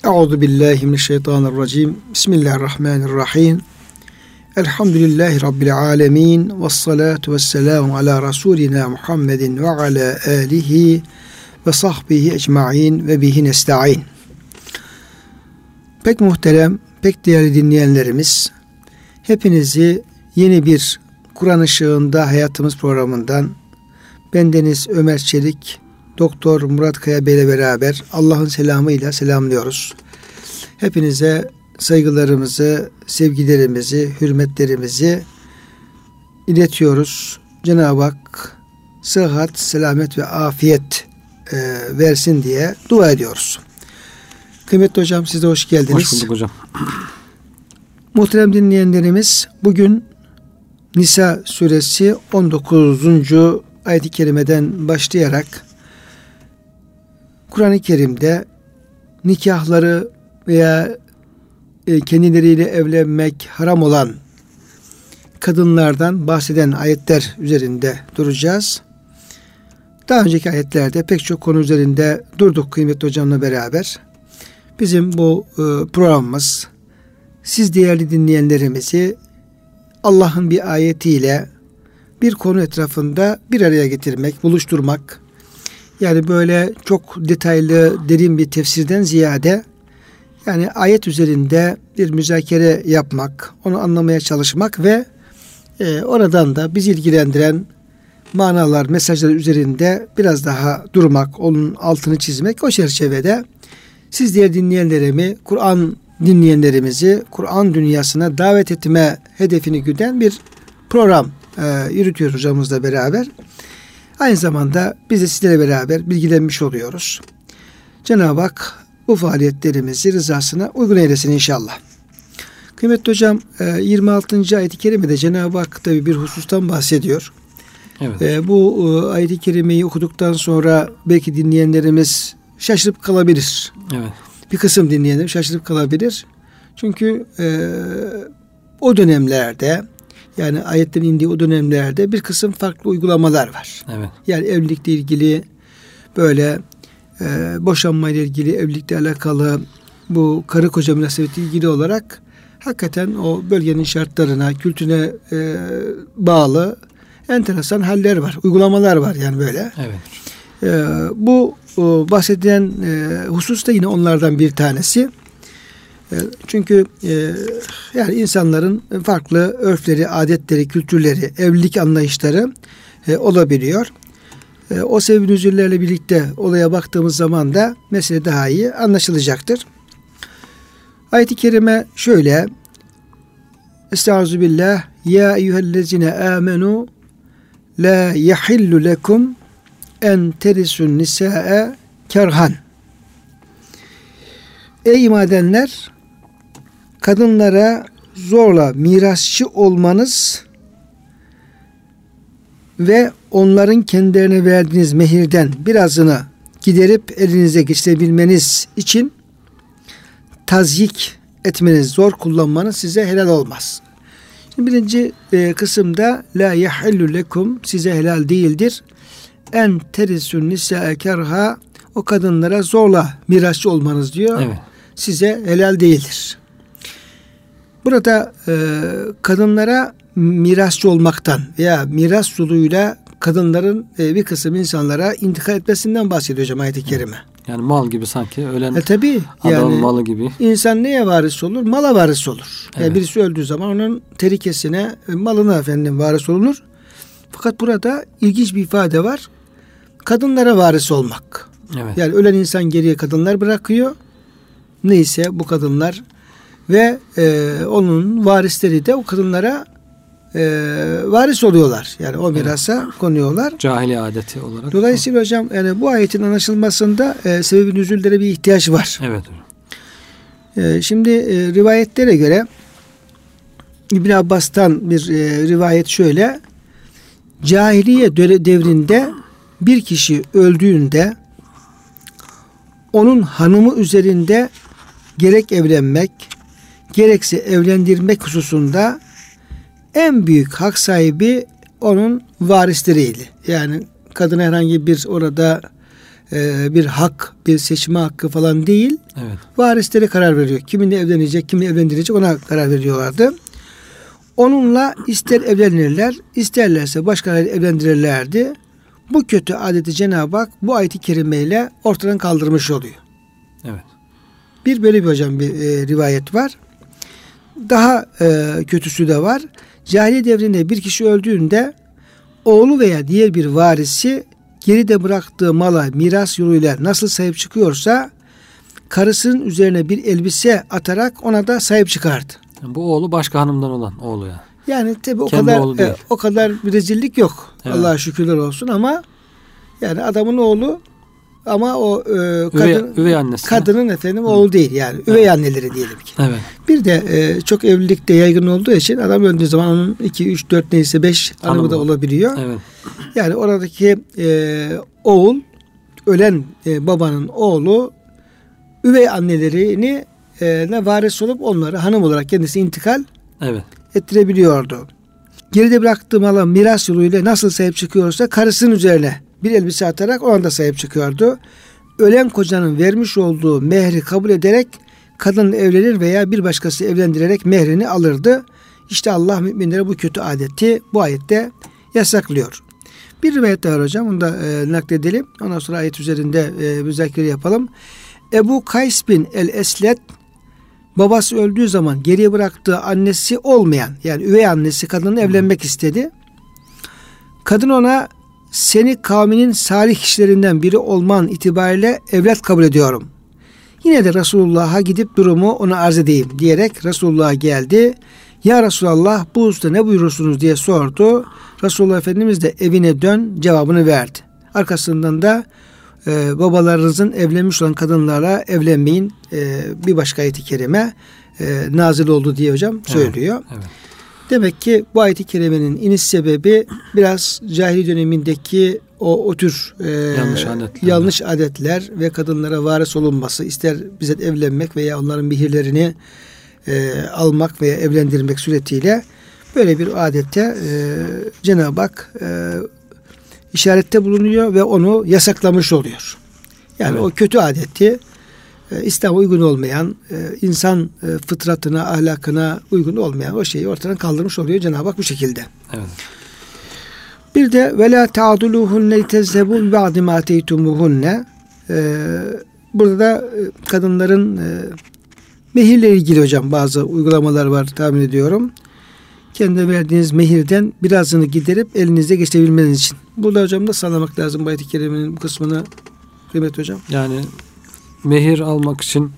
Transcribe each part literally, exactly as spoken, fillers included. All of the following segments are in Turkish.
Euzu billahi mineşşeytanirracim. Bismillahirrahmanirrahim. Elhamdülillahi Rabbil alemin. Vessalatu vesselamu ala Resulina Muhammedin ve ala alihi ve sahbihi ecma'in ve bihi nesta'in. Pek muhterem, pek değerli dinleyenlerimiz, hepinizi yeni bir Kur'an ışığında hayatımız programından bendeniz Ömer Çelik, Doktor Murat Kaya Bey ile beraber Allah'ın selamıyla selamlıyoruz. Hepinize saygılarımızı, sevgilerimizi, hürmetlerimizi iletiyoruz. Cenab-ı Hak sıhhat, selamet ve afiyet e, versin diye dua ediyoruz. Kıymetli hocam, siz de hoş geldiniz. Hoş bulduk hocam. Muhterem dinleyenlerimiz, bugün Nisa suresi on dokuzuncu ayet-i kerimeden başlayarak Kur'an-ı Kerim'de nikahları veya kendileriyle evlenmek haram olan kadınlardan bahseden ayetler üzerinde duracağız. Daha önceki ayetlerde pek çok konu üzerinde durduk kıymetli hocamla beraber. Bizim bu programımız siz değerli dinleyenlerimizi Allah'ın bir ayetiyle bir konu etrafında bir araya getirmek, buluşturmak. Yani böyle çok detaylı, derin bir tefsirden ziyade yani ayet üzerinde bir müzakere yapmak, onu anlamaya çalışmak ve e, oradan da bizi ilgilendiren manalar, mesajlar üzerinde biraz daha durmak, onun altını çizmek. O çerçevede siz diğer dinleyenlerimi, Kur'an dinleyenlerimizi Kur'an dünyasına davet etme hedefini güden bir program e, yürütüyoruz hocamızla beraber. Aynı zamanda biz de sizlerle beraber bilgilenmiş oluyoruz. Cenab-ı Hak bu faaliyetlerimizi rızasına uygun eylesin inşallah. Kıymetli hocam, yirmi altıncı ayet-i kerimede Cenab-ı Hak tabi bir husustan bahsediyor. Evet. Bu ayet-i kerimeyi okuduktan sonra belki dinleyenlerimiz şaşırıp kalabilir. Evet. Bir kısım dinleyenler şaşırıp kalabilir. Çünkü e, o dönemlerde, yani ayetlerin indiği o dönemlerde bir kısım farklı uygulamalar var. Evet. Yani evlilikle ilgili, böyle e, boşanmayla ilgili, evlilikle alakalı, bu karı koca münasebetiyle ilgili olarak hakikaten o bölgenin şartlarına, kültürüne e, bağlı enteresan haller var, uygulamalar var yani böyle. Evet. E, bu o, bahsedilen e, husus da yine onlardan bir tanesi. E, çünkü e, yani insanların farklı örfleri, adetleri, kültürleri, evlilik anlayışları e, olabiliyor. E, o sebep nüzullerle birlikte olaya baktığımız zaman da mesele daha iyi anlaşılacaktır. Ayet-i kerime şöyle: Estağfirullah, ya eyyühellezine amenu la yahillu lekum en terisun nisa'e kerhan. Ey iman edenler, kadınlara zorla mirasçı olmanız ve onların kendilerine verdiğiniz mehirden birazını giderip elinize geçirebilmeniz için tazyik etmeniz, zor kullanmanız size helal olmaz. Şimdi birinci e, kısımda la yahillu lekum, size helal değildir. En terisun nisa'e kerha, o kadınlara zorla mirasçı olmanız diyor. Evet. Size helal değildir. Burada e, kadınlara mirasçı olmaktan veya miras yoluyla kadınların e, bir kısım insanlara intikal etmesinden bahsediyor hocam ayet-i kerime. Yani mal gibi sanki ölen e, tabii, adamın yani, malı gibi. İnsan neye varis olur? Mala varis olur. Evet. Yani birisi öldüğü zaman onun terikesine, malına efendim varis olunur. Fakat burada ilginç bir ifade var. Kadınlara varis olmak. Evet. Yani ölen insan geriye kadınlar bırakıyor. Neyse bu kadınlar ve e, onun varisleri de o kadınlara e, varis oluyorlar. Yani o mirasa evet. konuyorlar. Cahili adeti olarak. Dolayısıyla hocam yani bu ayetin anlaşılmasında e, sebebi nüzullere bir ihtiyaç var. Evet. E, şimdi e, rivayetlere göre İbn Abbas'tan bir e, rivayet şöyle: cahiliye devrinde bir kişi öldüğünde onun hanımı üzerinde gerek evlenmek, gerekse evlendirmek hususunda en büyük hak sahibi onun varisleriydi. Yani kadına herhangi bir orada e, bir hak, bir seçme hakkı falan değil. Evet. Varisleri karar veriyor. Kiminle evlenecek, kiminle evlendirecek ona karar veriyorlardı. Onunla ister evlenirler, isterlerse başkalarıyla evlendirirlerdi. Bu kötü adeti Cenab-ı Hak bu ayet-i kerimeyle ortadan kaldırmış oluyor. Evet. Bir böyle bir hocam bir e, rivayet var. Daha e, kötüsü de var. Cahiliye devrinde bir kişi öldüğünde oğlu veya diğer bir varisi geride bıraktığı mala miras yoluyla nasıl sahip çıkıyorsa karısının üzerine bir elbise atarak ona da sahip çıkardı. Yani bu oğlu başka hanımdan olan oğlu ya. Yani tabii o Kendi kadar e, o kadar bir rezillik yok. Evet. Allah'a şükürler olsun ama yani adamın oğlu ama o e, kadın, üvey, üvey annesi. Kadının efendim oğlu değil yani. Üvey evet. Anneleri diyelim ki. Evet. Bir de e, çok evlilikte yaygın olduğu için adam öldüğü zaman onun iki, üç, dört neyse beş hanımı da olabiliyor. Evet. Yani oradaki e, oğul ölen e, babanın oğlu üvey annelerini e, ne varis olup onları hanım olarak kendisi intikal evet. ettirebiliyordu. Geride bıraktığı mala miras yoluyla nasıl sahip çıkıyorsa karısının üzerine bir elbise atarak ona da sahip çıkıyordu. Ölen kocanın vermiş olduğu mehri kabul ederek kadınla evlenir veya bir başkası evlendirerek mehrini alırdı. İşte Allah müminlere bu kötü adeti bu ayette yasaklıyor. Bir rivayet daha var hocam. Onu da e, nakledelim. Ondan sonra ayet üzerinde e, müzakere yapalım. Ebu Kays bin el-Eslet babası öldüğü zaman geriye bıraktığı annesi olmayan yani üvey annesi kadınla evlenmek istedi. Kadın ona seni kavminin salih kişilerinden biri olman itibariyle evlat kabul ediyorum. Yine de Resulullah'a gidip durumu ona arz edeyim diyerek Resulullah'a geldi. Ya Resulallah bu hususta ne buyurursunuz diye sordu. Resulullah Efendimiz de evine dön cevabını verdi. Arkasından da e, babalarınızın evlenmiş olan kadınlarla evlenmeyin e, bir başka ayet-i kerime e, nazil oldu diye hocam söylüyor. Evet, evet. Demek ki bu ayet-i kerimenin iniş sebebi biraz cahiliye dönemindeki o, o tür e, yanlış, adetler, yanlış adetler ve kadınlara varis olunması, ister bizzat evlenmek veya onların mihirlerini e, almak veya evlendirmek suretiyle böyle bir adette e, Cenab-ı Hak e, işarette bulunuyor ve onu yasaklamış oluyor. Yani evet. O kötü adeti e, İslam'a uygun olmayan, e, insan e, fıtratına, ahlakına uygun olmayan o şeyi ortadan kaldırmış oluyor Cenab-ı Hak bu şekilde. Evet. Bir de ve la ta'duluhunne tezhebu bi ba'di ma ateytumuhunne. Burada da kadınların e, mehirle ilgili hocam bazı uygulamalar var tahmin ediyorum. Kendi verdiğiniz mehirden birazını giderip elinize geçirebilmeniz için. Burada hocam da sağlamak lazım bu ayet-i kerimenin bu kısmını Kıymet hocam. Yani mehir almak için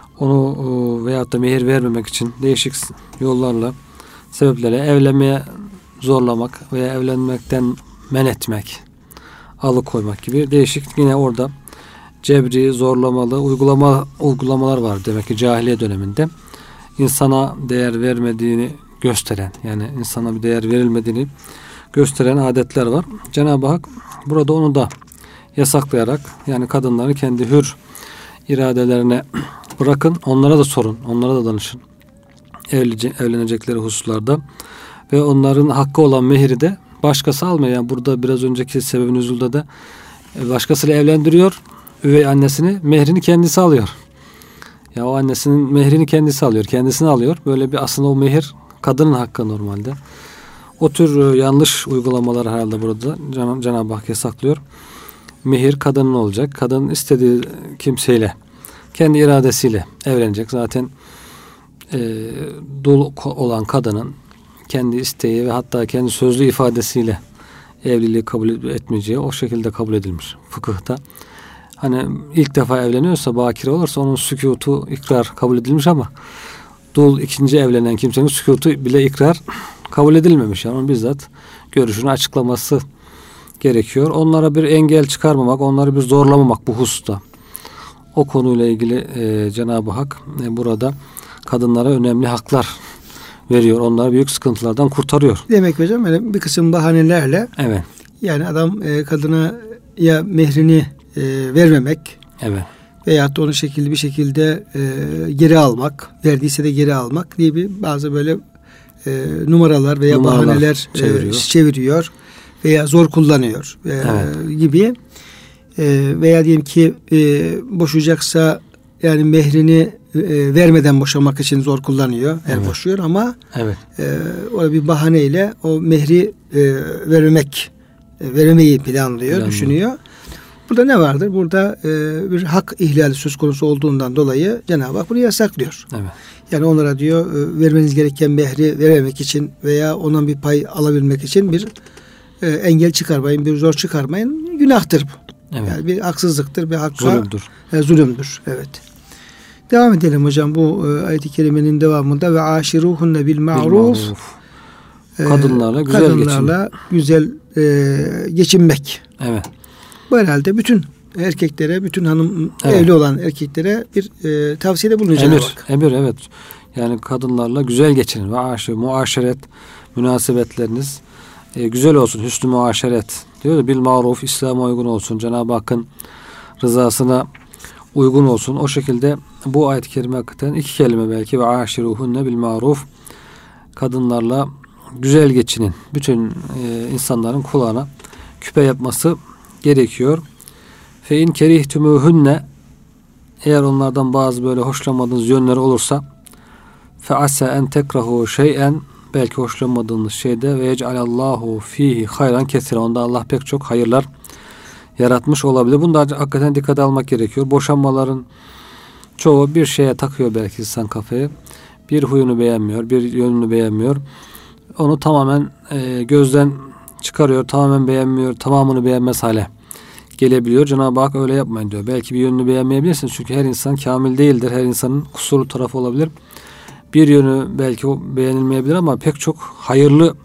onu veyahut da mehir vermemek için değişik yollarla, sebeplerle evlenmeye zorlamak veya evlenmekten men etmek, alıkoymak gibi değişik yine orada cebri, zorlamalı uygulama uygulamalar var demek ki cahiliye döneminde. İnsana değer vermediğini gösteren, yani insana bir değer verilmediğini gösteren adetler var. Cenab-ı Hak burada onu da yasaklayarak, yani kadınları kendi hür iradelerine bırakın, onlara da sorun, onlara da danışın. Evlenecekleri hususlarda ve onların hakkı olan mehri de başkası almıyor. Yani burada biraz önceki sebebin nüzulda da başkasıyla evlendiriyor. Üvey annesini, mehrini kendisi alıyor. Ya o annesinin mehrini kendisi alıyor. Kendisini alıyor. Böyle bir aslında o mehir kadının hakkı normalde. O tür yanlış uygulamalar herhalde burada Can- Cenab-ı Hak yasaklıyor. Mehir kadının olacak. Kadın istediği kimseyle, kendi iradesiyle evlenecek. Zaten e, dul olan kadının kendi isteği ve hatta kendi sözlü ifadesiyle evliliği kabul etmeyeceği o şekilde kabul edilmiş fıkıhta. Hani ilk defa evleniyorsa, bakire olursa onun sükutu ikrar kabul edilmiş ama dul ikinci evlenen kimsenin sükutu bile ikrar kabul edilmemiş. Yani onun bizzat görüşünü açıklaması gerekiyor. Onlara bir engel çıkarmamak, onları bir zorlamamak bu hususta. O konuyla ilgili e, Cenab-ı Hak e, burada kadınlara önemli haklar veriyor. Onları büyük sıkıntılardan kurtarıyor. Demek hocam öyle bir kısım bahanelerle evet. Yani adam e, kadına ya mehrini e, vermemek evet. veyahut da onu şekilli bir şekilde e, geri almak, verdiyse de geri almak diye bir bazı böyle e, numaralar veya numaralar bahaneler çeviriyor. E, çeviriyor veya zor kullanıyor e, evet. gibi. e, veya diyelim ki e, boşayacaksa yani mehrini e, vermeden boşamak için zor kullanıyor. Yani evet. boşuyor ama evet. e, o bir bahaneyle o mehri e, vermek, e, veremeyi planlıyor, Planlı. düşünüyor. Burada ne vardır? Burada e, bir hak ihlali söz konusu olduğundan dolayı Cenab-ı Hak bunu yasaklıyor. Evet. Yani onlara diyor e, vermeniz gereken mehri veremek için veya ondan bir pay alabilmek için bir e, engel çıkarmayın, bir zor çıkarmayın. Günahtır bu. Evet. Yani bir haksızlıktır, bir hakka zulümdür. E, zulümdür. Evet. Devam edelim hocam bu e, ayet-i kerimenin devamında ve aşiruhunne bil ma'ruf. E, kadınlarla güzel kadınlarla güzel e, geçinmek. Evet. Bu herhalde bütün erkeklere, bütün hanım evet. evli olan erkeklere bir e, tavsiyede bulunacak. Emir, emir evet. Yani kadınlarla güzel geçinin ve aşırı muaşeret münasebetleriniz e, güzel olsun. Hüsnü muaşeret diyor. Bil maruf İslam'a uygun olsun. Cenab-ı Hakk'ın rızasına uygun olsun. O şekilde bu ayet-i kerime hakikaten iki kelime belki ve aşiruhunne bil maruf kadınlarla güzel geçinin. Bütün e, insanların kulağına küpe yapması gerekiyor. Fe in kerihtumuhunne eğer onlardan bazı böyle hoşlanmadığınız yönleri olursa fe asa en tekrahu şey'en belki hoşlanmadığınız şeyde ve yec'alallahu fihi hayran kesira onda Allah pek çok hayırlar yaratmış olabilir. Bunu da hakikaten dikkate almak gerekiyor. Boşanmaların çoğu bir şeye takıyor belki insan kafayı. Bir huyunu beğenmiyor, bir yönünü beğenmiyor. Onu tamamen e, gözden çıkarıyor, tamamen beğenmiyor, tamamını beğenmez hale gelebiliyor. Cenab-ı Hak öyle yapmayın diyor. Belki bir yönünü beğenmeyebilirsiniz. Çünkü her insan kamil değildir. Her insanın kusurlu tarafı olabilir. Bir yönü belki o beğenilmeyebilir ama pek çok hayırlı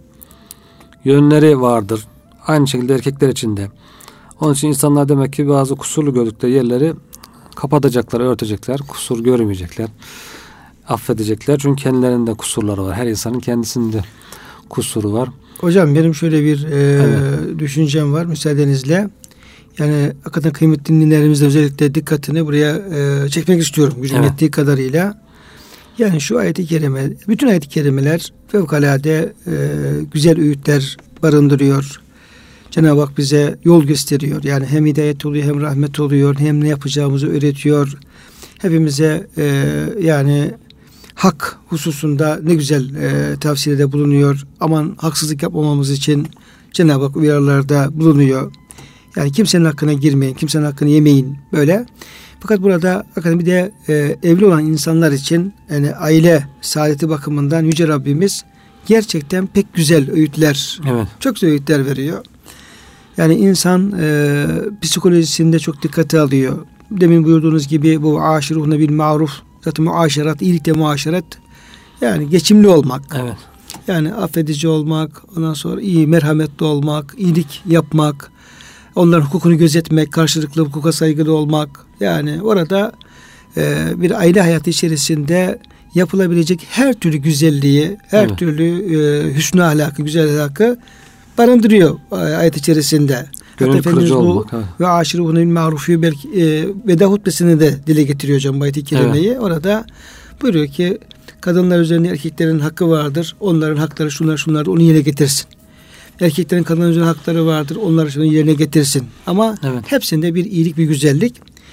yönleri vardır. Aynı şekilde erkekler için de. Onun için insanlar demek ki bazı kusurlu gördükleri yerleri kapatacaklar, örtecekler. Kusur görmeyecekler. Affedecekler. Çünkü kendilerinde kusurları var. Her insanın kendisinde kusuru var. Hocam benim şöyle bir e, evet. düşüncem var müsaadenizle. Yani hakikaten kıymetli dinlerimizde özellikle dikkatini buraya e, çekmek istiyorum. Gücüm evet. yettiği kadarıyla. Yani şu ayet-i kerime, bütün ayet-i kerimeler fevkalade e, güzel öğütler barındırıyor. Cenab-ı Hak bize yol gösteriyor. Yani hem hidayet oluyor, hem rahmet oluyor, hem ne yapacağımızı öğretiyor. Hepimize e, yani hak hususunda ne güzel e, tavsiyede bulunuyor. Aman haksızlık yapmamamız için Cenab-ı Hak uyarılarda bulunuyor. Yani kimsenin hakkına girmeyin, kimsenin hakkını yemeyin böyle. Fakat burada hakikaten bir de e, evli olan insanlar için yani aile saadeti bakımından Yüce Rabbimiz gerçekten pek güzel öğütler, evet. çok güzel öğütler veriyor. Yani insan e, psikolojisinde çok dikkate alıyor. Demin buyurduğunuz gibi bu aşiruhne bil maruf, zaten muaşerat, iyilikte muaşeret yani geçimli olmak. Evet. Yani affedici olmak, ondan sonra iyi merhametli olmak, iyilik yapmak, onların hukukunu gözetmek, karşılıklı hukuka saygılı olmak. Yani orada e, bir aile hayatı içerisinde yapılabilecek her türlü güzelliği, her evet. türlü e, hüsnü ahlakı, güzel ahlakı barındırıyor ayet içerisinde. Gönül kırıcı olmak. Bu, ve aşiruhunel marufi belki e, veda hutbesini de dile getiriyor hocam bu ayet-i kerimeyi. Evet. Orada buyuruyor ki kadınlar üzerinde erkeklerin hakkı vardır. Onların hakları şunlar şunlar onu yerine getirsin. Erkeklerin kadınların üzerinde hakları vardır. Onları şunu yerine getirsin. Ama evet. hepsinde bir iyilik, bir güzellik.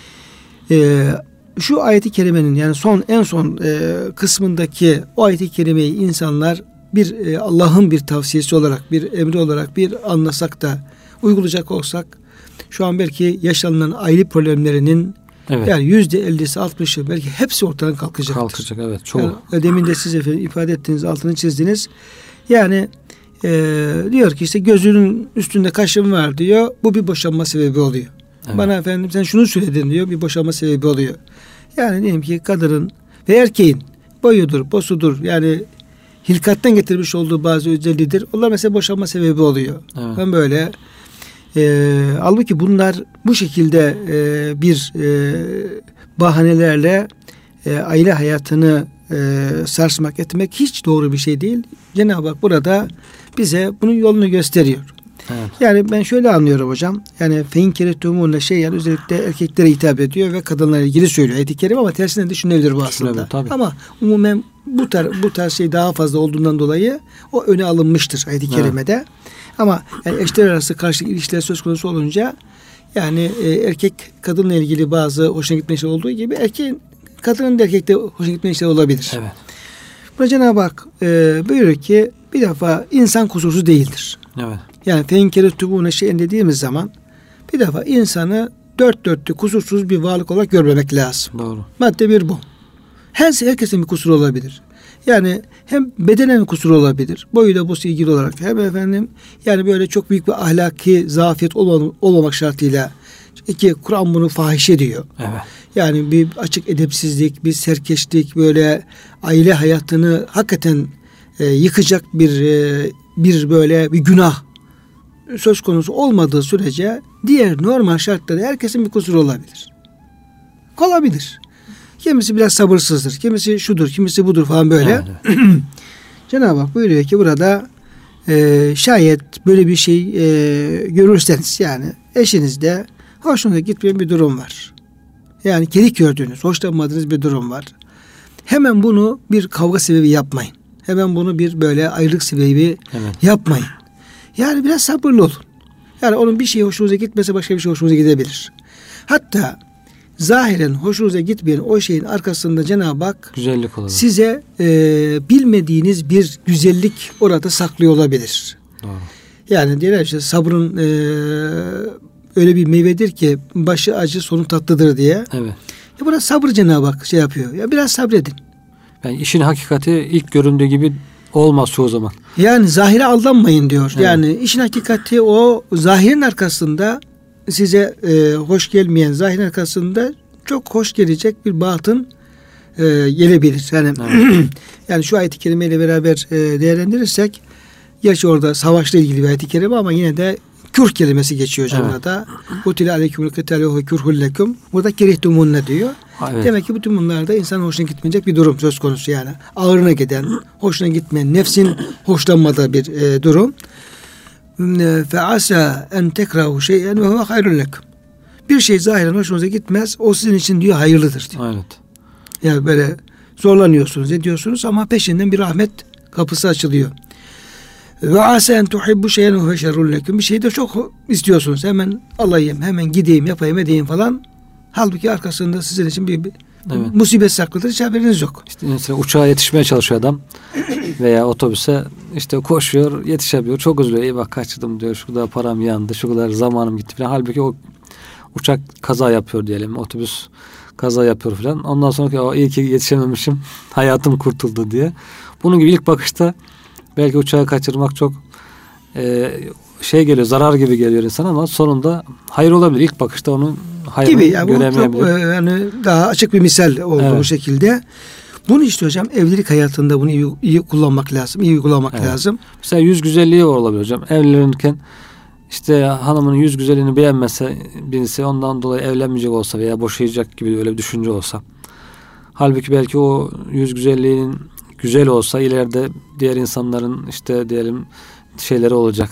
Ee, şu ayet-i kerimenin yani son en son e, kısmındaki o ayet-i kerimeyi insanlar bir e, Allah'ın bir tavsiyesi olarak, bir emri olarak bir anlasak da uygulayacak olsak şu an belki yaşanılan aile problemlerinin evet. yani yüzde ellisi altmışı belki hepsi ortadan kalkacaktır. Kalkacak evet. Çoğu. Yani, demin de siz efendim ifade ettiğiniz, altını çizdiniz. Yani e, diyor ki işte gözünün üstünde kaşın var diyor. Bu bir boşanma sebebi oluyor. Evet. Bana efendim sen şunu söyledin diyor. Bir boşanma sebebi oluyor. Yani diyelim ki kadının ve erkeğin boyudur, posudur yani hilkattan getirmiş olduğu bazı özelliğidir. Onlar mesela boşanma sebebi oluyor. Evet. Ben böyle e, halbuki bunlar bu şekilde e, bir e, bahanelerle e, aile hayatını e, sarsmak etmek hiç doğru bir şey değil. Cenab-ı Hak burada bize bunun yolunu gösteriyor. Evet. Yani ben şöyle anlıyorum hocam. Yani fein keretumunla şey yani özellikle erkeklere hitap ediyor ve kadınlara ilgili söylüyor ayet-i kerime ama tersine düşünebilir bu aslında. Tabii. Ama umumen bu tarz bu tarz şey daha fazla olduğundan dolayı o öne alınmıştır ayet-i kerimede. Evet. Ama yani eşler arası karşılıklı ilişkiler söz konusu olunca Yani e, erkek kadınla ilgili bazı hoşuna gitme işleri olduğu gibi erkeğin kadının da erkekte hoşuna gitme işleri olabilir. Evet. Burada Cenab-ı Hak e, buyuruyor ki bir defa insan kusursuz değildir. Evet. Yani fenkere tübûne şeyen dediğimiz zaman bir defa insanı dört dörtlük kusursuz bir varlık olarak görmemek lazım. Doğru. Madde bir bu. Her herkesin bir kusuru olabilir. Yani hem bedenen kusur olabilir. Boyuyla bosu ilgili olarak hem efendim yani böyle çok büyük bir ahlaki zafiyet olmamak, olmamak şartıyla ki Kur'an bunu fahişe diyor. Evet. Yani bir açık edepsizlik, bir serkeşlik, böyle aile hayatını hakikaten e, yıkacak bir e, bir böyle bir günah söz konusu olmadığı sürece diğer normal şartlarda herkesin bir kusuru olabilir. Olabilir. Kimisi biraz sabırsızdır, kimisi şudur, kimisi budur falan böyle. Evet, evet. Cenab-ı Hak buyuruyor ki burada e, şayet böyle bir şey e, görürseniz yani eşinizde hoşunuza gitmeyen bir durum var. Yani kerik gördüğünüz, hoşlanmadığınız bir durum var. Hemen bunu bir kavga sebebi yapmayın. Hemen bunu bir böyle ayrılık sebebi evet. yapmayın. Yani biraz sabırlı olun. Yani onun bir şey hoşunuza gitmese başka bir şey hoşunuza gidebilir. Hatta zahiren hoşunuza gitmeyen o şeyin arkasında Cenab-ı Hak güzellik olur. Size e, bilmediğiniz bir güzellik orada saklıyor olabilir. Doğru. Yani diyorlar işte sabrın e, öyle bir meyvedir ki başı acı sonu tatlıdır diye. Evet. Ya burada sabır Cenab-ı Hak şey yapıyor. Ya biraz sabredin. Yani işin hakikati ilk göründüğü gibi olmaz çoğu zaman. Yani zahire aldanmayın diyor. Evet. Yani işin hakikati o zahirin arkasında size e, hoş gelmeyen zahirin arkasında çok hoş gelecek bir batın e, gelebilir. Yani evet. yani şu ayet-i kerimeyle beraber e, değerlendirirsek gerçi orada savaşla ilgili bir ayet-i kerime ama yine de kürh kelimesi geçiyor hocam evet. burada. Kutile aleykümül kitalu ve kürhul lekum. Burada kerihtumunne diyor. Evet. Demek ki bütün bunlarda insanın hoşuna gitmeyecek bir durum söz konusu yani. Ağırına giden, hoşuna gitmeyen, nefsin hoşlanmadığı bir e, durum. Fe asa en tekrahu şey'en ve huve hayrun lekum. Bir şey zahiren hoşunuza gitmez. O sizin için diyor hayırlıdır diyor. Evet. Yani böyle zorlanıyorsunuz, ediyorsunuz ama peşinden bir rahmet kapısı açılıyor. Ve asa en tuhibbu şey'en ve huve şerrun lekum. Bir şeyi de çok istiyorsunuz. Hemen alayım, hemen gideyim, yapayım, edeyim falan. Halbuki arkasında sizin için bir, bir evet. musibet saklıdır. Hiç haberiniz yok. İşte mesela uçağa yetişmeye çalışıyor adam veya otobüse işte koşuyor, yetişemiyor. Çok üzülüyor. İyi bak kaçırdım diyor. Şu kadar param yandı, şu kadar zamanım gitti falan. Halbuki o uçak kaza yapıyor diyelim. Otobüs kaza yapıyor falan. Ondan sonra ki o iyi ki yetişememişim. Hayatım kurtuldu diye. Bunun gibi ilk bakışta belki uçağı kaçırmak çok e, şey geliyor, zarar gibi geliyor insan ama sonunda hayır olabilir. İlk bakışta onun hayrını gibi, yani göremeyebilir. Bu çok, yani daha açık bir misal oldu evet. bu şekilde. Bunu işte hocam evlilik hayatında bunu iyi, iyi kullanmak lazım. İyi uygulamak evet. lazım. Mesela yüz güzelliği olabilir hocam. Evlenirken işte hanımın yüz güzelliğini beğenmese birisi ondan dolayı evlenmeyecek olsa veya boşayacak gibi öyle bir düşünce olsa. Halbuki belki o yüz güzelliğinin güzel olsa ileride diğer insanların işte diyelim şeyleri olacak.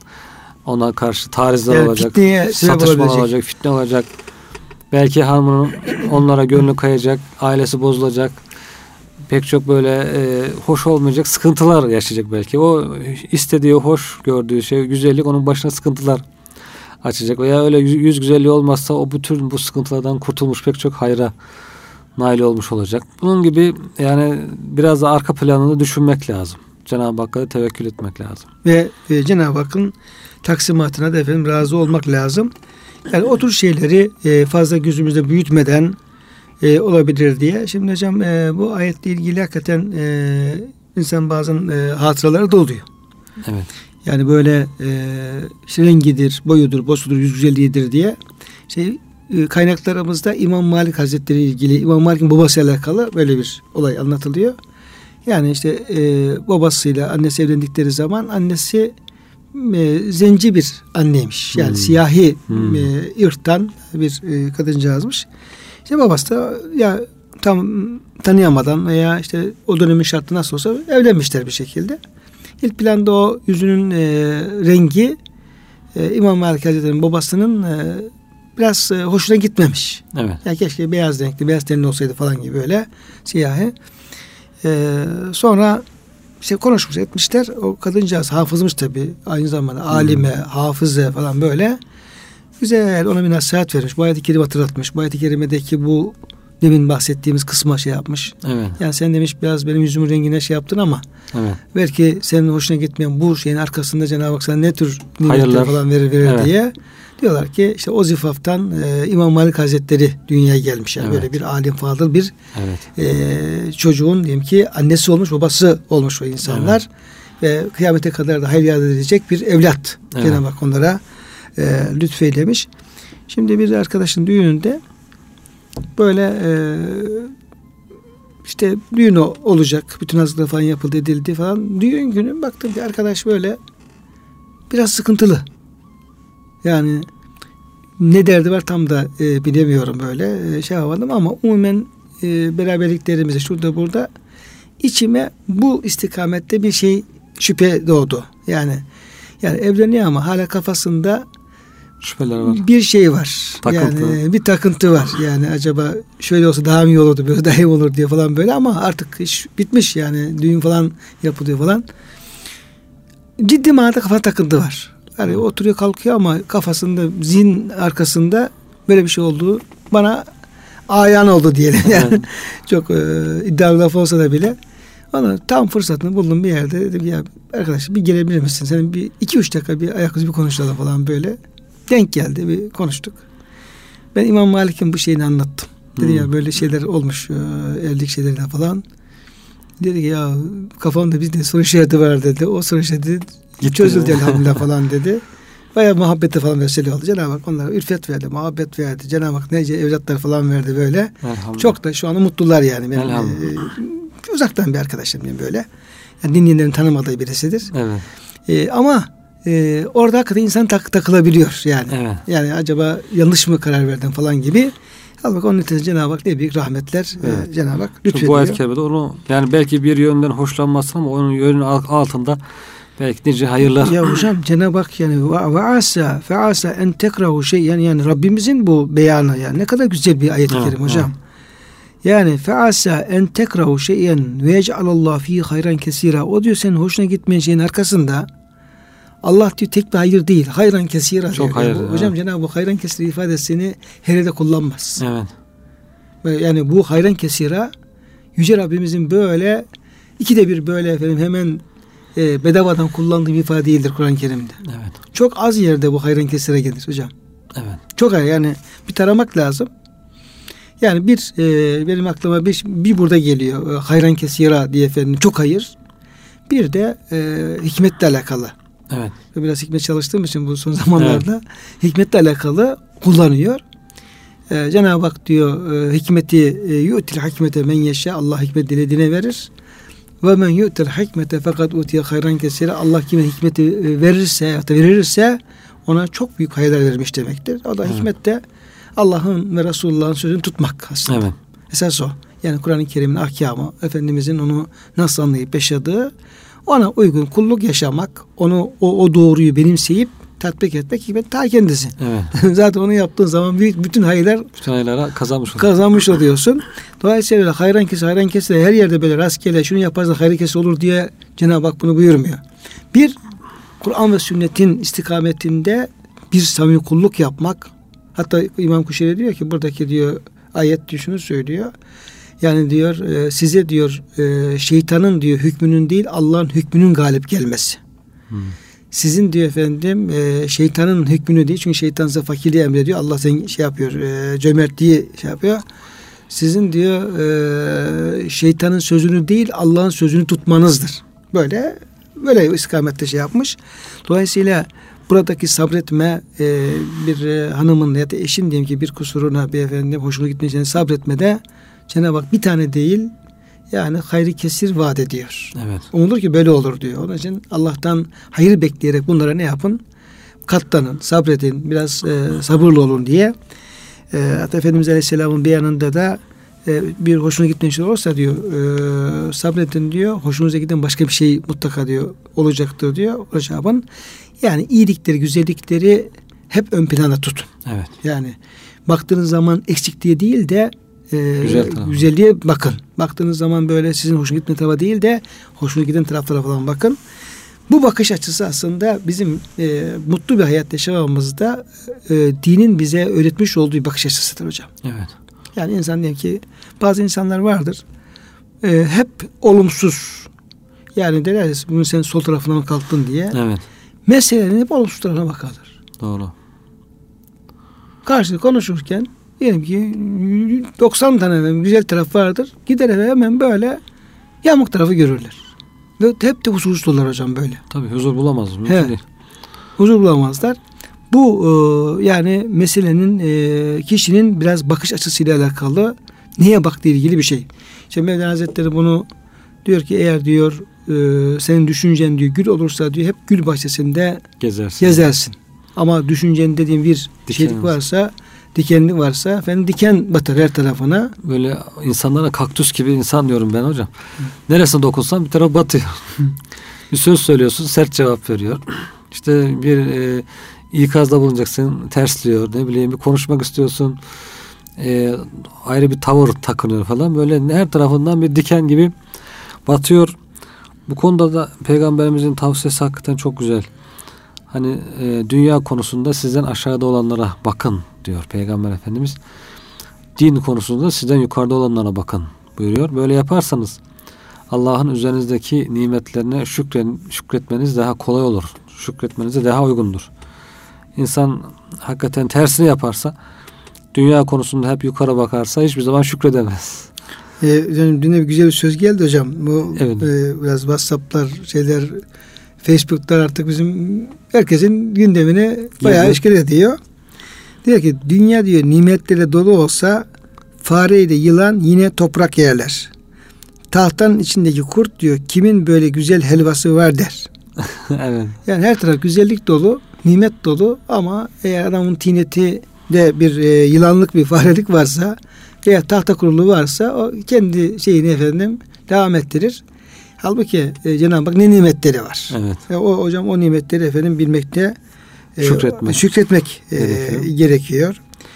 Ona karşı tarizler yani olacak. Satışmalar olacak. Fitne olacak. Belki hanımının onlara gönlü kayacak. Ailesi bozulacak. Pek çok böyle e, hoş olmayacak sıkıntılar yaşayacak belki. O istediği, hoş gördüğü şey, güzellik onun başına sıkıntılar açacak. Veya öyle yüz, yüz güzelliği olmazsa o bütün bu sıkıntılardan kurtulmuş pek çok hayra nail olmuş olacak. Bunun gibi yani biraz da arka planını düşünmek lazım. Cenab-ı Hakk'a tevekkül etmek lazım. Ve e, Cenab-ı Hakk'ın taksimatına da efendim razı olmak lazım. Yani o tür şeyleri e, fazla gözümüzde büyütmeden e, olabilir diye. Şimdi hocam e, bu ayetle ilgili hakikaten e, insan bazen e, hatıraları doluyor. Evet. Yani böyle e, işte rengidir, boyudur, bosudur, yüz güzelliğidir diye şey e, kaynaklarımızda İmam Malik Hazretleri ilgili İmam Malik'in babasıyla alakalı böyle bir olay anlatılıyor. Yani işte e, babasıyla annesi evlendikleri zaman annesi e, zenci bir anneymiş. Yani hmm. siyahi hmm. e, ırktan bir e, kadıncağızmış. İşte babası da ya tam tanıyamadan veya işte o dönemin şartı nasıl olsa evlenmişler bir şekilde. İlk planda o yüzünün e, rengi e, İmam Malik Hazretleri'nin babasının e, biraz e, hoşuna gitmemiş. Evet. Yani keşke beyaz renkli, beyaz tenli olsaydı falan gibi böyle siyahi. Ee, sonra işte konuşmuş etmişler. O kadıncağız hafızmış tabii. Aynı zamanda alime, hmm. hafıze falan böyle. Güzel ona bir nasihat vermiş. Bu ayet-i kerime hatırlatmış. Bu ayet-i kerimedeki bu demin bahsettiğimiz kısma şey yapmış. Evet. Yani sen demiş biraz benim yüzümün rengine şey yaptın ama evet. belki senin hoşuna gitmeyen bu şeyin arkasında Cenab-ı Hak sana ne tür nimetler Hayırlar falan verir verir evet. diye. Diyorlar ki işte o zifaftan e, İmam Malik Hazretleri dünyaya gelmiş. Yani evet. böyle bir alim fadıl bir evet. e, çocuğun diyelim ki annesi olmuş babası olmuş o insanlar. Evet. Ve kıyamete kadar da hayır yad edecek bir evlat. Evet. Cenab-ı Hak onlara e, lütfeylemiş. Şimdi bir arkadaşın düğününde böyle e, işte düğün olacak. Bütün hazırlığı falan yapıldı edildi falan. Düğün günü baktım ki arkadaş böyle biraz sıkıntılı. Yani ne derdi var tam da e, bilemiyorum böyle e, şey yapmadım ama umumen e, beraberliklerimize şurada burada içime bu istikamette bir şey şüphe doğdu. Yani yani evleniyor ama hala kafasında şüpheler var. Bir şey var. Takıntı. Yani bir takıntı var. Yani acaba şöyle olsa daha mı iyi olurdu, böyle daha iyi olur diye falan böyle ama artık iş bitmiş yani düğün falan yapılıyor falan. Ciddi manada kafa takıntı var. Yani oturuyor kalkıyor ama kafasında zihin arkasında böyle bir şey olduğu bana ayan oldu diyelim. Yani çok e, iddialı laf olsa da bile. Ona tam fırsatını buldum bir yerde. Dedim ya arkadaş bir gelebilir misin? Senin bir iki üç dakika bir ayaküstü bir konuşalım falan böyle. Denk geldi bir konuştuk. Ben İmam Malik'in bu şeyini anlattım. Dedi hmm. ya böyle şeyler olmuş e, evlilik şeylerine falan. Dedi ki ya kafamda bir de soru işareti var dedi. O soru işareti çözüldü elhamdülillah falan dedi. Bayağı muhabbeti falan vesile oldu. Cenab-ı Hak onlara ülfet verdi, muhabbet verdi. Cenab-ı Hak nece evlatlar falan verdi böyle. Çok da şu anda mutlular yani. Benim, e, uzaktan bir arkadaşım benim böyle. Yani dinleyenlerin tanımadığı birisidir. Evet. E, ama e, orada hakikaten insan tak, takılabiliyor yani. Evet. Yani acaba yanlış mı karar verdin falan gibi. Halbuki onun neticesinde Cenab-ı Hak ne büyük rahmetler evet. e, Cenab-ı Hak lütfediyor. Bu ayet-i kerimede onu yani belki bir yönden hoşlanmasın ama onun yönün altında belki nice hayırlar. Ya hocam Cenab-ı Hak yani ve asa fe asa en tekrahu şey yani yani Rabbimizin bu beyanı yani ne kadar güzel bir ayet-i kerim hocam. Evet. Yani fe asa en tekrahu şeyen ve yec'alallahu fi hayran kesira. O diyor senin hoşuna gitmeyen şeyin arkasında Allah diyor tek bir hayır değil. Hayran kesira. Çok hayır. Yani, hocam evet. Cenab-ı Hak hayran kesira ifadesini her yerde kullanmaz. Evet. Yani bu hayran kesira Yüce Rabbimizin böyle ikide bir böyle efendim hemen e, bedavadan kullandığı bir ifade değildir Kur'an-ı Kerim'de. Evet. Çok az yerde bu hayran kesira gelir hocam. Evet. Çok az yani bir taramak lazım. Yani bir e, benim aklıma bir, bir burada geliyor. E, hayran kesira diye efendim çok hayır. Bir de e, hikmetle alakalı. Evet. Biraz hikmet çalıştığım için bu son zamanlarda evet. hikmetle alakalı kullanıyor. Ee, Cenab-ı Hak diyor e, hikmeti e, yu'til hikmete men yeşâ. Allah hikmet dilediğine verir. Ve men yu'til hikmete fakat utiye hayran kesire. Allah kime hikmeti e, verirse ya da verirse ona çok büyük hayırlar vermiş demektir. O da evet. hikmette Allah'ın ve Resulullah'ın sözünü tutmak aslında. Evet. Esas o. Yani Kur'an-ı Kerim'in ahkamı, Efendimizin onu nasıl anlayıp yaşadığı, ona uygun kulluk yaşamak, onu o, o doğruyu benimseyip tatbik etmek hikmet ta kendisi. Evet. Zaten onu yaptığın zaman büyük bütün hayırlar bütün hayırlara kazanmış oluyorsun. Kazanmış oluyorsun. Dolayısıyla öyle hayran kesir, hayran kesir her yerde böyle rastgele şunu yaparsan hayır kesir olur diye Cenab-ı Hak bunu buyurmuyor. Bir, Kur'an ve sünnetin istikametinde bir samimi kulluk yapmak. Hatta İmam Kuşeyri diyor ki buradaki diyor ayet şunu söylüyor. Yani diyor e, size diyor e, şeytanın diyor hükmünün değil Allah'ın hükmünün galip gelmesi. Hmm. Sizin diyor efendim e, şeytanın hükmünü değil çünkü şeytan size fakirliği emrediyor. Allah sen şey yapıyor e, cömertliği şey yapıyor. Sizin diyor e, şeytanın sözünü değil Allah'ın sözünü tutmanızdır. Böyle böyle istikamette şey yapmış. Dolayısıyla buradaki sabretme e, bir e, hanımın ya da eşin diyelim ki bir kusuruna bir efendim hoşuna gitmeyeceğine sabretmede Cenab-ı Hak bir tane değil yani hayrı kesir vaat ediyor. Evet. Umulur ki böyle olur diyor. Onun için Allah'tan hayır bekleyerek bunlara ne yapın? Katlanın, sabredin, biraz e, sabırlı olun diye. E, hatta Efendimiz Aleyhisselam'ın beyanında da e, bir hoşuna gitmeyen şey olursa diyor e, sabredin diyor. Hoşunuza giden başka bir şey mutlaka diyor olacaktır diyor. O cevabın yani iyilikleri, güzellikleri hep ön plana tutun. Evet. Yani baktığınız zaman eksikliğe değil de e, Güzel güzelliğe bakın. Baktığınız zaman böyle sizin hoşuna gitmeyen tarafa değil de hoşuna giden taraflara falan bakın. Bu bakış açısı aslında bizim e, mutlu bir hayat yaşamamızda e, dinin bize öğretmiş olduğu bir bakış açısıdır hocam. Evet. Yani insan diyelim ki bazı insanlar vardır e, hep olumsuz. Yani derler ya bugün sen sol tarafına mı kalktın diye. Evet. Meselenin hep olumsuz tarafına bakarlar. Doğru. Karşılıklı konuşurken diyelim ki doksan tane güzel taraf vardır. Gider eve hemen böyle yamuk tarafı görürler. Ve hep de huzursuz olurlar hocam böyle. Tabii huzur bulamaz. Evet. Huzur bulamazlar. Bu e, yani meselenin e, kişinin biraz bakış açısıyla alakalı, neye baktığı ilgili bir şey. İşte Mevlana Hazretleri bunu diyor ki eğer diyor e, senin düşüncen diyor gül olursa diyor hep gül bahçesinde gezersin. gezersin. Ama düşüncen dediğin bir Diken şeylik varsa, dikenlik varsa efendim diken batar her tarafına. Böyle insanlara kaktüs gibi insan diyorum ben hocam. Hı. Neresine dokunsan bir taraf batıyor. Hı. Bir söz söylüyorsun sert cevap veriyor. İşte bir e, ikazda bulunacaksın tersliyor. Ne bileyim bir konuşmak istiyorsun e, ayrı bir tavır takınıyor falan. Böyle her tarafından bir diken gibi batıyor. Bu konuda da Peygamberimizin tavsiyesi hakikaten çok güzel. Hani e, dünya konusunda sizden aşağıda olanlara bakın diyor Peygamber Efendimiz. Din konusunda sizden yukarıda olanlara bakın buyuruyor. Böyle yaparsanız Allah'ın üzerinizdeki nimetlerine şükren, şükretmeniz daha kolay olur. Şükretmenize daha uygundur. İnsan hakikaten tersini yaparsa, dünya konusunda hep yukarı bakarsa hiçbir zaman şükredemez. Ee, yani dün de bir güzel bir söz geldi hocam. Bu evet. e, biraz WhatsApp'lar, şeyler, Facebook'lar artık bizim herkesin gündemini bayağı işgal ediyor. Diyor ki dünya diyor nimetlerle dolu olsa fareyle yılan yine toprak yerler. Tahtanın içindeki kurt diyor kimin böyle güzel helvası var der. evet. Yani her taraf güzellik dolu, nimet dolu ama eğer adamın tineti de bir e, yılanlık bir farelik varsa veya tahta kurulu varsa o kendi şeyini efendim devam ettirir. Halbuki e, Cenab-ı Hak ne nimetleri var. Evet. E, o hocam o nimetleri efendim bilmekte e, şükretmek, şükretmek e, gerekiyor. gerekiyor.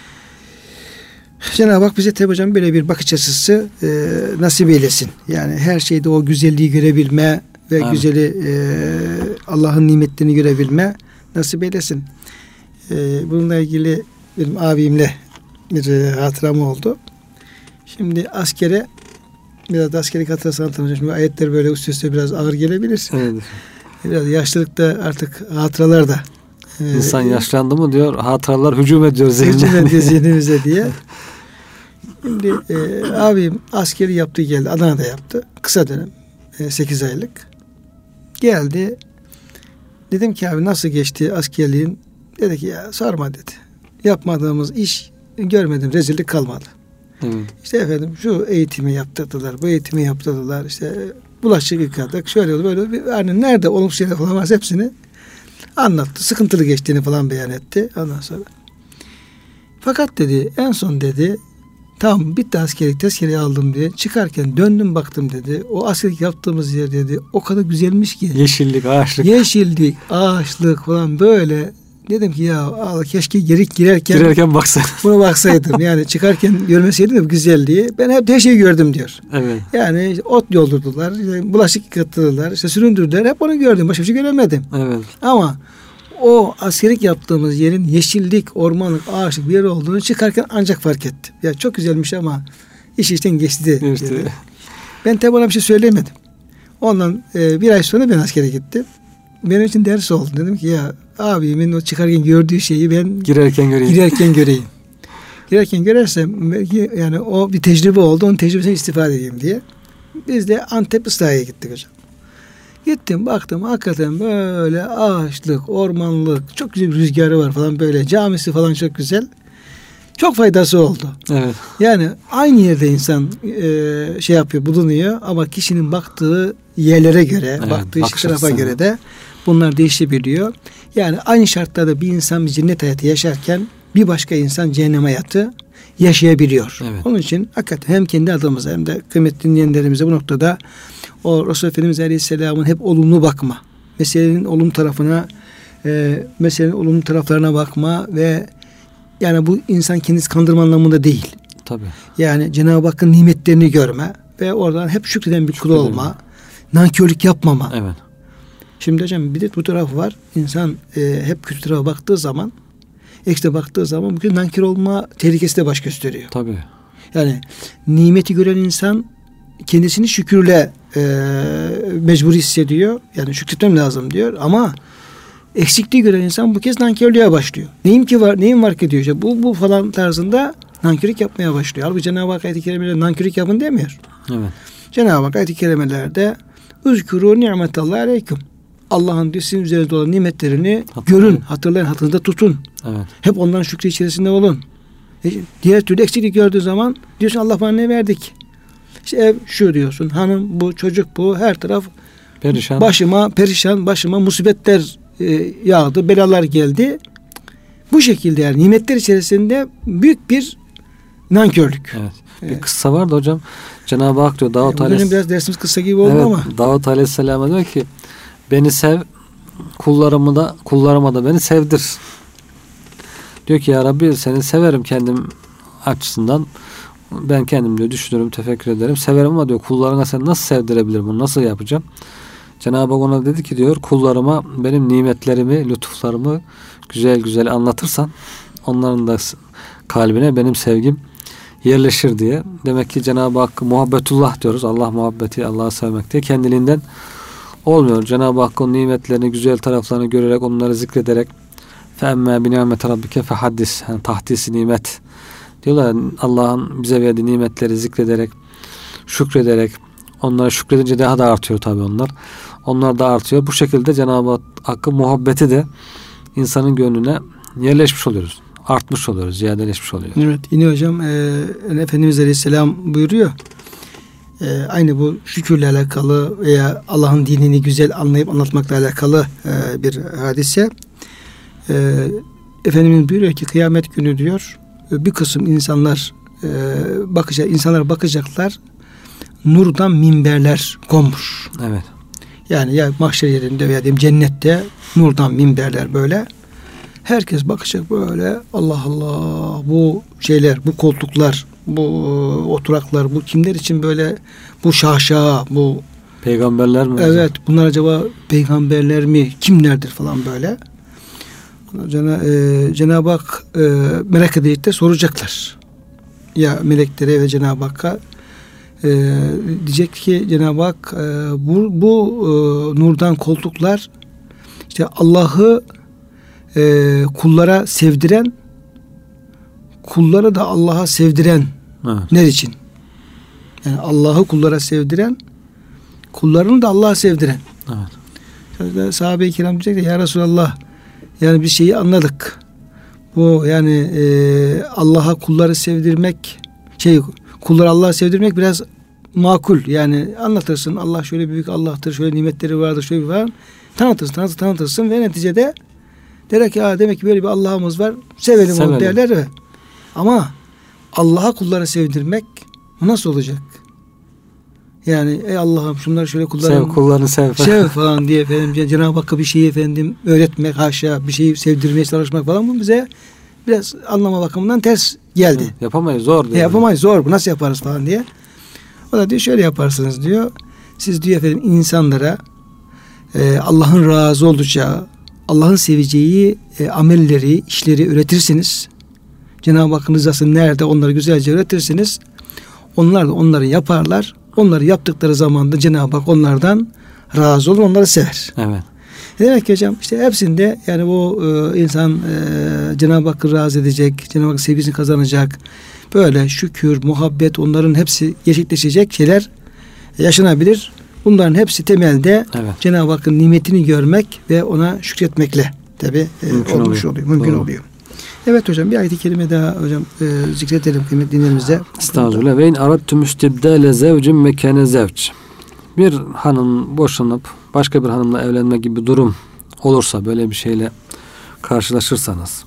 Cenab-ı Hak bize tabi hocam böyle bir bakış açısı e, nasip eylesin. Yani her şeyde o güzelliği görebilme ve Amin. güzeli e, Allah'ın nimetlerini görebilme nasip eylesin. E, bununla ilgili benim abimle bir e, hatıram oldu. Şimdi askere biraz da askerlik hatırasını anlatacağım. Şimdi ayetler böyle üst üste biraz ağır gelebilir. Evet. Biraz yaşlılıkta artık hatıralar da e, İnsan yaşlandı mı diyor, hatıralar hücum ediyor zihnine. Hücum ediyor zihnimize diye. Şimdi e, abim askeri yaptı geldi. Adana'da yaptı. Kısa dönem. E, sekiz aylık. Geldi. Dedim ki abi nasıl geçti askerliğin? Dedi ki ya sorma dedi. Yapmadığımız iş görmedim. Rezillik kalmadı. Evet. İşte efendim şu eğitimi yaptırdılar. Bu eğitimi yaptırdılar. İşte bulaşık yıkadık. Şöyle oldu böyle oldu. Yani nerede olumsuz şeyler falan varsa hepsini anlattı. Sıkıntılı geçtiğini falan beyan etti. Ondan sonra. Fakat dedi en son dedi tamam bitti askerlik tezkereyi aldım diye çıkarken döndüm baktım dedi. O askerlik yaptığımız yer dedi o kadar güzelmiş ki. Yeşillik, ağaçlık. Yeşillik, ağaçlık falan böyle. Dedim ki ya Allah keşke geri girerken girerken baksaydım. Buna baksaydım. Yani çıkarken görmeseydim de güzelliği. Ben hep her şeyi gördüm diyor. Evet. Yani işte ot yoldurdular, işte bulaşık yıkattılar, işte süründürdüler. Hep onu gördüm. Başka bir şey göremedim. Evet. Ama o askerlik yaptığımız yerin yeşillik, ormanlık, ağaçlık bir yer olduğunu çıkarken ancak fark ettim. Ya çok güzelmiş ama iş işten geçti. İşte. Ben tabi ona bir şey söylemedim. Ondan e, bir ay sonra ben askere gittim. Benim için ders oldu. Dedim ki ya abimin o çıkarken gördüğü şeyi ben girerken göreyim. Girerken göreyim. Girerken görersem belki yani o bir tecrübe oldu. Onun tecrübesinden istifade edeyim diye. Biz de Antep Islahiye'ye gittik hocam. Gittim baktım hakikaten böyle ağaçlık, ormanlık, çok güzel bir rüzgarı var falan böyle. Camisi falan çok güzel. Çok faydası oldu. Evet. Yani aynı yerde insan e, şey yapıyor, bulunuyor ama kişinin baktığı yerlere göre, evet, baktığı iş tarafa göre de bunlar değişebiliyor. Yani aynı şartlarda bir insan bir cennet hayatı yaşarken bir başka insan cehennem hayatı yaşayabiliyor. Evet. Onun için hakikaten hem kendi adımıza hem de kıymetli dinleyenlerimize bu noktada o Resulullah Efendimiz Aleyhisselam'ın hep olumlu bakma, meselenin olumlu tarafına, e, meselenin olumlu taraflarına bakma ve yani bu insan kendisi kandırma anlamında değil. Tabii. Yani Cenab-ı Hakk'ın nimetlerini görme ve oradan hep şükreden bir kul olma, nankörlük yapmama. Evet. Şimdi hocam bir de bu tarafı var. İnsan e, hep kötü tarafa baktığı zaman, ekstra baktığı zaman bugün nankör olma tehlikesi de baş gösteriyor. Tabii. Yani nimeti gören insan kendisini şükürle e, mecbur hissediyor. Yani şükretmem lazım diyor ama eksikliği gören insan bu kez nankörlüğe başlıyor. Neyim ki var, neyim var ki diyor. İşte bu bu falan tarzında nankörlük yapmaya başlıyor. Halbuki Cenab-ı Hak ayet-i kerimelerde nankörlük yapın demiyor. Evet. Cenab-ı Hak ayet-i kerimelerde "Uzkuru ni'metallahi aleyküm." Allah'ın diyor sizin üzerinizde olan nimetlerini Hatırlayın. görün, hatırlayın, hatırınızda tutun. Evet. Hep onların şükrü içerisinde olun. E, diğer türlü eksiklik gördüğü zaman diyorsun Allah bana ne verdik? İşte ev şu diyorsun, hanım bu, çocuk bu, her taraf Perişan. başıma perişan, başıma musibetler e, yağdı, belalar geldi. Bu şekilde yani nimetler içerisinde büyük bir nankörlük. Evet. Bir Evet. kıssa var da hocam. Cenab-ı Hak diyor Davut Bugün Aleyhisselam. biraz dersimiz kısa gibi oldu Evet, ama. Davut Aleyhisselam'a diyor ki beni sev, kullarımı da kullarıma da beni sevdir. Diyor ki ya Rabbi seni severim kendim açısından. Ben kendim diyor düşünürüm, tefekkür ederim. Severim ama diyor kullarına sen nasıl sevdirebilirim bunu? Nasıl yapacağım? Cenab-ı Hak ona dedi ki diyor kullarıma benim nimetlerimi, lütuflarımı güzel güzel anlatırsan onların da kalbine benim sevgim yerleşir diye. Demek ki Cenab-ı Hak muhabbetullah diyoruz. Allah muhabbeti, Allah'ı sevmek diye kendiliğinden olmuyor. Cenab-ı Hakk'ın nimetlerini, güzel taraflarını görerek, onları zikrederek فَاَمَّا بِنِعْمَةَ رَبِّكَ فَحَدِّسْ yani tahdis nimet diyorlar. Allah'ın bize verdiği nimetleri zikrederek, şükrederek, onlara şükredince daha da artıyor tabii onlar. Onlar da artıyor. Bu şekilde Cenab-ı Hakk'ın muhabbeti de insanın gönlüne yerleşmiş oluyoruz. Artmış oluyoruz, ziyadeleşmiş oluyor. Evet, yine hocam e, Efendimiz Aleyhisselam buyuruyor. E, aynı bu şükürle alakalı veya Allah'ın dinini güzel anlayıp anlatmakla alakalı e, bir hadise. E, Efendimiz buyuruyor ki kıyamet günü diyor bir kısım insanlar e, bakacak, insanlar bakacaklar nurdan minberler konmuş. Evet. Yani ya mahşer yerinde veya diyeyim cennette nurdan minberler böyle. Herkes bakacak böyle Allah Allah bu şeyler, bu koltuklar, bu oturaklar, bu kimler için böyle bu şaşa, bu Peygamberler mi? evet hocam? Bunlar acaba peygamberler mi? Kimlerdir falan böyle. Cenab- e, Cenab-ı Hak e, merak edip de soracaklar. Ya meleklere ve Cenab-ı Hakk'a e, diyecek ki Cenab-ı Hak e, bu, bu e, nurdan koltuklar işte Allah'ı e, kullara sevdiren, kulları da Allah'a sevdiren evet. Ne için? Yani Allah'ı kullara sevdiren, kullarını da Allah'a sevdiren. Evet. Sahabe-i kiram diyecek de ya Resulallah yani bir şeyi anladık. Bu yani e, Allah'a kulları sevdirmek şey kulları Allah'a sevdirmek biraz makul. Yani anlatırsın Allah şöyle büyük Allah'tır, şöyle nimetleri vardır, şöyle bir var. Tanıtırsın, tanıtırsın, tanıtırsın ve neticede der ki ya demek ki böyle bir Allah'ımız var. Sevelim, Sevelim. onu derler. Ama Allah'a kulları sevdirmek nasıl olacak? Yani ey Allah'ım şunları şöyle kullarım. Sev kullarını sev. Sev falan diye efendim Cenab-ı Hakk'a bir şeyi efendim öğretmek haşa bir şeyi sevdirmeye çalışmak falan bu bize biraz anlama bakımından ters geldi. Hı, yapamayız zor diyor. E, yapamayız zor bu nasıl yaparız falan diye. O da diyor şöyle yaparsınız diyor. Siz diyor efendim insanlara e, Allah'ın razı olacağı Allah'ın seveceği e, amelleri, işleri öğretirsiniz. Cenab-ı Hakk'ın rızası nerede onları güzelce öğretirsiniz. Onlar da onları yaparlar. Onları yaptıkları zaman da Cenab-ı Hak onlardan razı olur, onları sever. Evet. Demek ki hocam işte hepsinde yani bu e, insan e, Cenab-ı Hakk'ı razı edecek, Cenab-ı Hakk'ın sevgisini kazanacak. Böyle şükür, muhabbet onların hepsi gerçekleşecek şeyler yaşanabilir. Bunların hepsi temelde evet. Cenab-ı Hakk'ın nimetini görmek ve ona şükretmekle tabi e, olmuş oluyor, oluyor mümkün Doğru. oluyor. Evet hocam bir ayet-i kerime daha hocam e, zikredelim kıymetli dinlerimize. Estağfurullah. Ve in aradtum istibdale zevcin mekane zevc. Bir hanım boşanıp başka bir hanımla evlenme gibi bir durum olursa böyle bir şeyle karşılaşırsanız.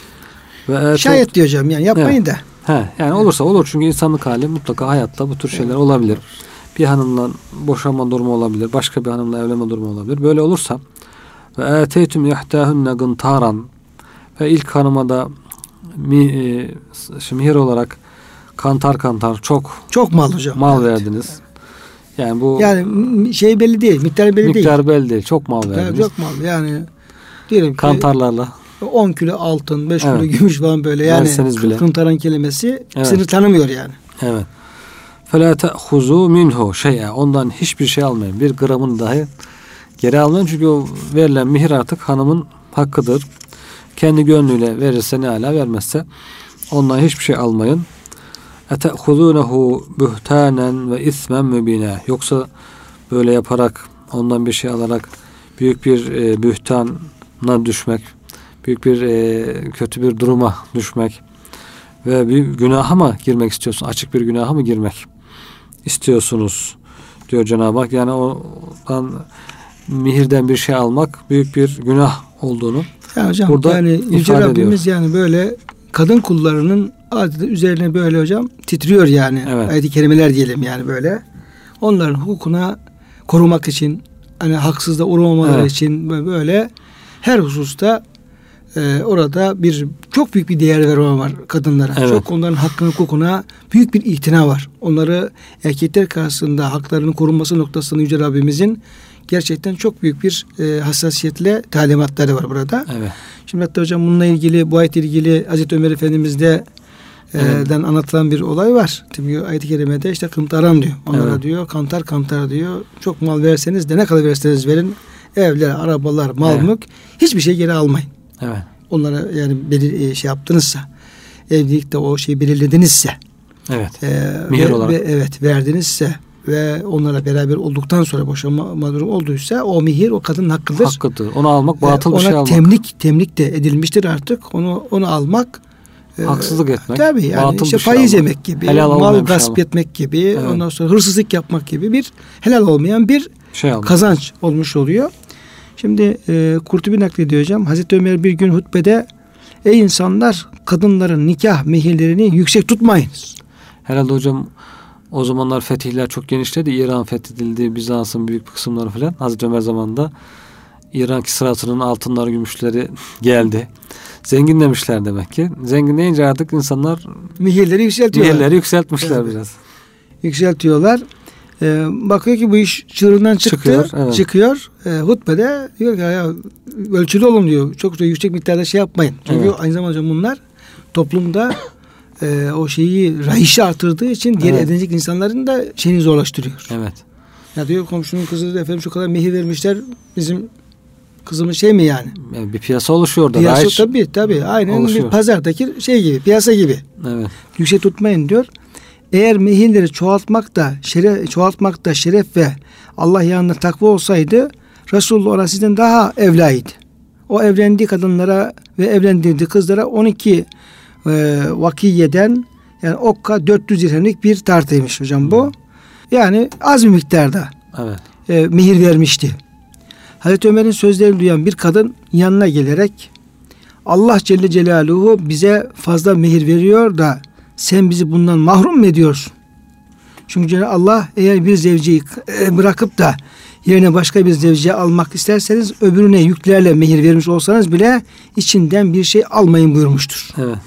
Ve şayet diyor hocam yani yapmayın evet. da. He, yani olursa olur çünkü insanlık hali mutlaka hayatta bu tür şeyler evet. olabilir. Bir hanımla boşanma durumu olabilir. Başka bir hanımla evlenme durumu olabilir. Böyle olursa ve ateytum yahtahunne gıntaran ve ilk hanıma da mi, e, mihir olarak kantar kantar çok çok mal hocam. Mal evet. verdiniz. Yani bu yani şey belli değil, miktarı belli değil. Miktarı belli değil. Çok mal verdiniz. Çok mal. Yani diyelim ki kantarlarla on kilo altın, beş evet. kilo gümüş falan böyle yani kıntaran kelimesi evet. sınır tanımıyor yani. Evet. فَلَا تَأْخُذُوا مِنْهُ şey'e ondan hiçbir şey almayın. Bir gramını dahi geri almayın. Çünkü o verilen mihir artık hanımın hakkıdır. Kendi gönlüyle verirse ne ala, vermezse ondan hiçbir şey almayın. اَتَأْخُذُونَهُ بُهْتَانًا ve ismen mübine. Yoksa böyle yaparak, ondan bir şey alarak büyük bir e, bühtana düşmek, büyük bir e, kötü bir duruma düşmek ve bir günaha mı girmek istiyorsun? Açık bir günaha mı girmek istiyorsunuz? Diyor Cenab-ı Hak. Yani ondan mihirden bir şey almak büyük bir günah olduğunu ya hocam, burada yani Yüce ifade Rabbimiz ediyor. Yani böyle kadın kullarının adeta üzerine böyle hocam titriyor yani. Evet. Ayet-i kerimeler diyelim yani böyle. Onların hukukuna korumak için, hani haksız da uğramamaları evet. için böyle her hususta e, orada bir çok büyük bir değer verme var kadınlara. Evet. Çok onların hakkına, hukukuna büyük bir itina var. Onları erkekler karşısında haklarının korunması noktasında Yüce Rabbimizin gerçekten çok büyük bir e, hassasiyetle talimatları var burada. Evet. Şimdi hatta hocam bununla ilgili, bu ayetle ilgili Hazreti Ömer Efendimiz'de Evet. den anlatılan bir olay var. Tabii ayet-i kerimede işte kımtaran diyor. Onlara evet. diyor kantar kantar diyor. Çok mal verseniz de ne kadar verirseniz verin. Evler, arabalar, mal evet. mülk hiçbir şey geri almayın. Evet. Onlara yani belir, şey yaptınızsa, evlilikte o şeyi belirledinizse, evet. E, mihir ve, olarak. Ve, evet verdinizse ve onlara beraber olduktan sonra boşanma durumu olduysa o mihir o kadının hakkıdır. Hakkıdır. Onu almak batıl e, bir şey almak. Ona temlik temlik de edilmiştir artık. Onu onu almak haksızlık etmek. Tabii yani işte şey faiz yemek gibi, helal mal gasp şey etmek gibi, evet. ondan sonra hırsızlık yapmak gibi bir helal olmayan bir şey kazanç olmuş oluyor. Şimdi e, Kurtubi naklediyor hocam. Hazreti Ömer bir gün hutbede ey insanlar kadınların nikah mehirlerini yüksek tutmayınız. Herhalde hocam o zamanlar fetihler çok genişledi. İran fethedildi. Bizans'ın büyük bir kısımları falan. Hazreti Ömer zamanında İran kisrasının altınları, gümüşleri geldi. Zenginlemişler demek ki. Zenginleyince artık insanlar mihirleri yükseltiyorlar. Mihirleri yükseltmişler evet. biraz. Yükseltiyorlar. Ee, bakıyor ki bu iş çığırından çıktı. Çıkıyor. Evet. Çıkıyor. E, hutbede diyor ki ya ölçülü olun diyor. Çok da yüksek miktarda şey yapmayın. Çünkü evet. aynı zamanda bunlar toplumda e, o şeyi rahişi artırdığı için diğer evet. edinecek insanların da şeyini zorlaştırıyor. Evet. Ya diyor komşunun kızı da efendim şu kadar mihir vermişler bizim kızımız şey mi yani? yani bir piyasa oluşuyor da. Piyasa Rahiç tabii tabii. Aynen oluşuyor. Bir pazardaki şey gibi, piyasa gibi. Evet. Yüksek tutmayın diyor. Eğer mehirleri çoğaltmak da şeref, çoğaltmak da şeref ve Allah yanında takva olsaydı Resulullah ona sizden daha evlaydı. O evlendiği kadınlara ve evlendirdiği kızlara on iki e, vakiyeden yani okka dört yüz dirhemlik bir tartıymış hocam bu. Yani az bir miktarda evet. e, mehir vermişti. Hazreti Ömer'in sözlerini duyan bir kadın yanına gelerek Allah Celle Celaluhu bize fazla mehir veriyor da sen bizi bundan mahrum mu ediyorsun? Çünkü Allah eğer bir zevceyi bırakıp da yerine başka bir zevciye almak isterseniz öbürüne yüklerle mehir vermiş olsanız bile içinden bir şey almayın buyurmuştur. Evet.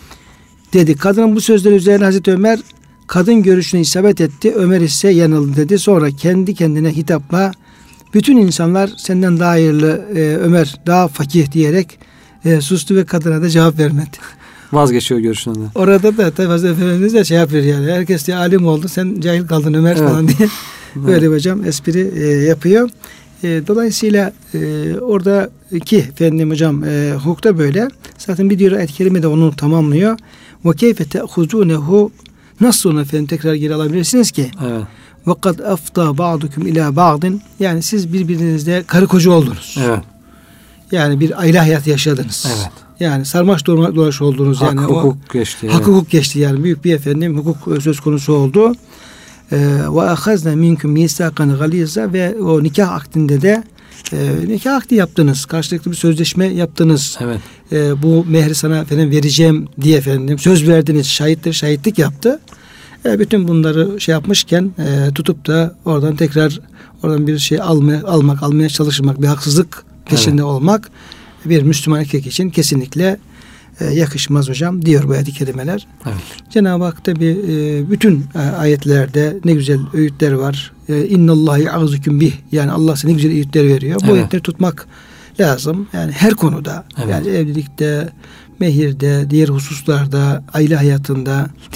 Dedi. Kadının bu sözleri üzerine Hazreti Ömer kadın görüşüne isabet etti. Ömer ise yanıldı dedi. Sonra kendi kendine hitapla bütün insanlar senden daha hayırlı e, Ömer daha fakih diyerek e, sustu ve kadına da cevap vermedi. Vazgeçiyor görüşünden. Orada da tabi Hazreti Efendimiz de şey yapıyor yani. Herkes diye alim oldu. Sen cahil kaldın Ömer evet. falan diye. Böyle evet. hocam espri e, yapıyor. E, dolayısıyla e, oradaki efendim hocam e, hukukta böyle. Zaten bir diyor ayet-i kerime de onu tamamlıyor. Ve keyfe te'huzunehu nasıl onu efendim tekrar geri alabilirsiniz ki? Evet. Ve kad afta ba'dukum ila ba'din yani siz birbirinizle karı koca oldunuz. Evet. Yani bir aile hayatı yaşadınız. Evet. Yani sarmaş dolaş oldunuz. Hak, yani hukuk o, geçti. Hak evet. hukuk geçti yani büyük bir efendim hukuk söz konusu oldu. Ve ahazna minkum misakan galiza ve o nikah akdinde de e, nikah akdi yaptınız. Karşılıklı bir sözleşme yaptınız. Evet. E, bu mehri sana efendim vereceğim diye efendim söz verdiniz. Şahittir şahitlik yaptı. E, bütün bunları şey yapmışken e, tutup da oradan tekrar oradan bir şey almaya, almak, almaya çalışmak, bir haksızlık peşinde evet. olmak bir Müslüman erkek için kesinlikle e, yakışmaz hocam diyor bu ayet-i kerimeler. Evet. Cenab-ı Hak tabi e, bütün e, ayetlerde ne güzel öğütler var. e, innallahi ya'zukum bih, yani Allah size ne güzel öğütler veriyor. Bu Evet. öğütleri tutmak lazım. Yani her konuda, Evet. yani evlilikte, mehirde, diğer hususlarda, aile hayatında